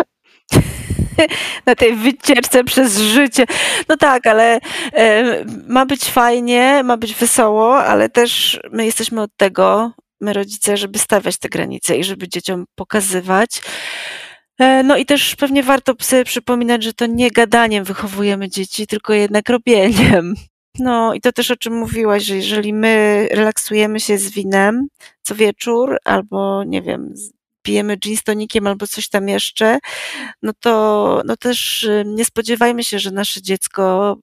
Na tej wycieczce przez życie. No tak, ale ma być fajnie, ma być wesoło, ale też my jesteśmy od tego, my rodzice, żeby stawiać te granice i żeby dzieciom pokazywać. No i też pewnie warto sobie przypominać, że to nie gadaniem wychowujemy dzieci, tylko jednak robieniem. No i to też, o czym mówiłaś, że jeżeli my relaksujemy się z winem co wieczór, albo nie wiem, pijemy gin z tonikiem albo coś tam jeszcze, no to też nie spodziewajmy się, że nasze dziecko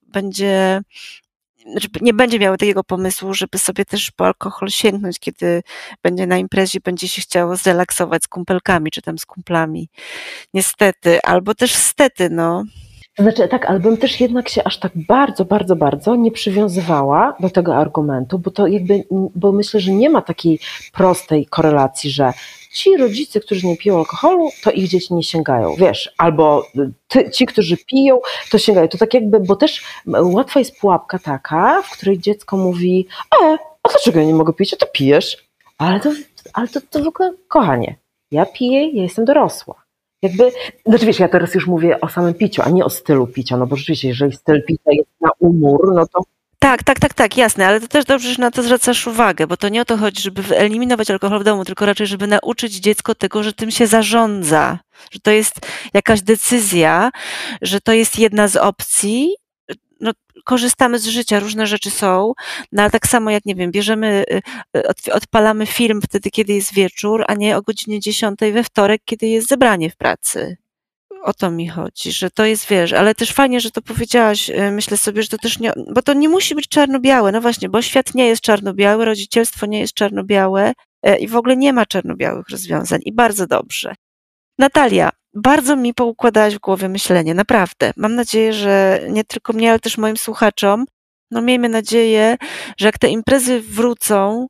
nie będzie miało takiego pomysłu, żeby sobie też po alkohol sięgnąć, kiedy będzie na imprezie, będzie się chciało zrelaksować z kumpelkami czy tam z kumplami. Niestety, albo też stety, no. To znaczy tak, ale bym też jednak się aż tak bardzo nie przywiązywała do tego argumentu, bo myślę, że nie ma takiej prostej korelacji, że ci rodzice, którzy nie piją alkoholu, to ich dzieci nie sięgają, wiesz, albo ci, którzy piją, to sięgają. To tak jakby, bo też łatwa jest pułapka taka, w której dziecko mówi, a dlaczego ja nie mogę pić, a ty pijesz? Ale to w ogóle, kochanie, ja piję, ja jestem dorosła. Znaczy wiesz, ja teraz już mówię o samym piciu, a nie o stylu picia, no bo rzeczywiście, jeżeli styl picia jest na umór, no to... Tak, jasne, ale to też dobrze, że na to zwracasz uwagę, bo to nie o to chodzi, żeby wyeliminować alkohol w domu, tylko raczej, żeby nauczyć dziecko tego, że tym się zarządza, że to jest jakaś decyzja, że to jest jedna z opcji. No, korzystamy z życia, różne rzeczy są, no ale tak samo jak, nie wiem, odpalamy film wtedy, kiedy jest wieczór, a nie o godzinie 10 we wtorek, kiedy jest zebranie w pracy. O to mi chodzi, że to jest, wiesz, ale też fajnie, że to powiedziałaś, myślę sobie, że to też nie, bo to nie musi być czarno-białe, no właśnie, bo świat nie jest czarno-biały, rodzicielstwo nie jest czarno-białe i w ogóle nie ma czarno-białych rozwiązań i bardzo dobrze. Natalia, bardzo mi poukładałaś w głowie myślenie, naprawdę. Mam nadzieję, że nie tylko mnie, ale też moim słuchaczom, no miejmy nadzieję, że jak te imprezy wrócą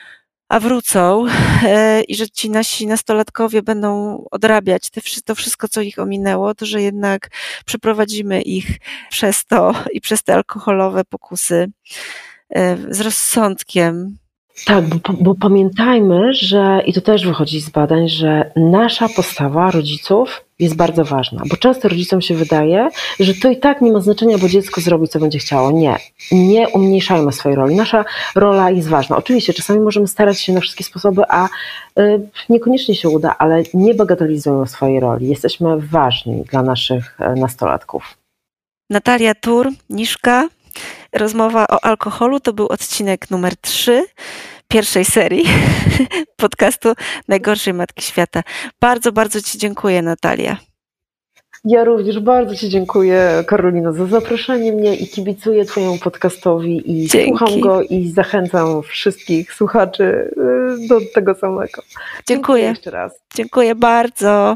i że ci nasi nastolatkowie będą odrabiać to wszystko, co ich ominęło, to że jednak przeprowadzimy ich przez to i przez te alkoholowe pokusy z rozsądkiem. Tak, bo pamiętajmy, że, i to też wychodzi z badań, że nasza postawa rodziców jest bardzo ważna, bo często rodzicom się wydaje, że to i tak nie ma znaczenia, bo dziecko zrobi, co będzie chciało. Nie umniejszajmy swojej roli. Nasza rola jest ważna. Oczywiście czasami możemy starać się na wszystkie sposoby, a niekoniecznie się uda, ale nie bagatelizujmy swojej roli. Jesteśmy ważni dla naszych nastolatków. Natalia Tur, Niszka. Rozmowa o alkoholu to był odcinek numer 3 pierwszej serii podcastu Najgorszej Matki Świata. Bardzo, bardzo Ci dziękuję, Natalia. Ja również bardzo Ci dziękuję, Karolino, za zaproszenie mnie i kibicuję Twojemu podcastowi i słucham go i zachęcam wszystkich słuchaczy do tego samego. Dziękuję jeszcze raz. Dziękuję bardzo.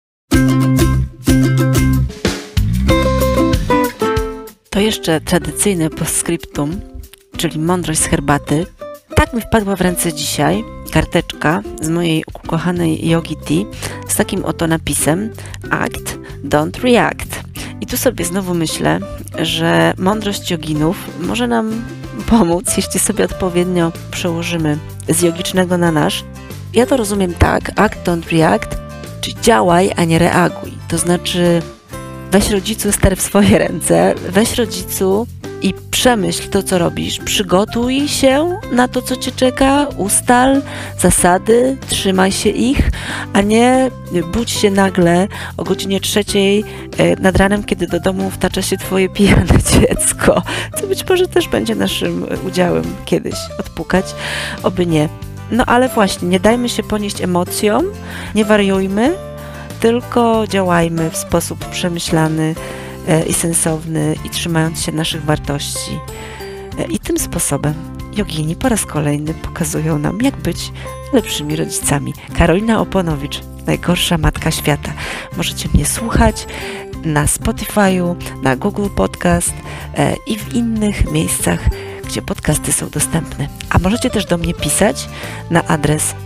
To jeszcze tradycyjne postscriptum, czyli mądrość z herbaty. Tak mi wpadła w ręce dzisiaj karteczka z mojej ukochanej Yogi Tea z takim oto napisem Act, don't react. I tu sobie znowu myślę, że mądrość joginów może nam pomóc, jeśli sobie odpowiednio przełożymy z jogicznego na nasz. Ja to rozumiem tak, act, don't react, czyli działaj, a nie reaguj. To znaczy weź rodzicu ster w swoje ręce, weź rodzicu i przemyśl to, co robisz. Przygotuj się na to, co Cię czeka, ustal zasady, trzymaj się ich, a nie budź się nagle o godzinie 3 nad ranem, kiedy do domu wtacza się Twoje pijane dziecko, co być może też będzie naszym udziałem kiedyś odpukać, oby nie. No ale właśnie, nie dajmy się ponieść emocjom, nie wariujmy, tylko działajmy w sposób przemyślany i sensowny i trzymając się naszych wartości. I tym sposobem Jogini po raz kolejny pokazują nam, jak być lepszymi rodzicami. Karolina Oponowicz, najgorsza matka świata. Możecie mnie słuchać na Spotify'u, na Google Podcast i w innych miejscach, gdzie podcasty są dostępne. A możecie też do mnie pisać na adres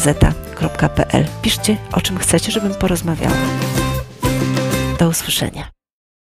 najgorszamatkaświata@gazeta.pl. Piszcie, o czym chcecie, żebym porozmawiała. Do usłyszenia.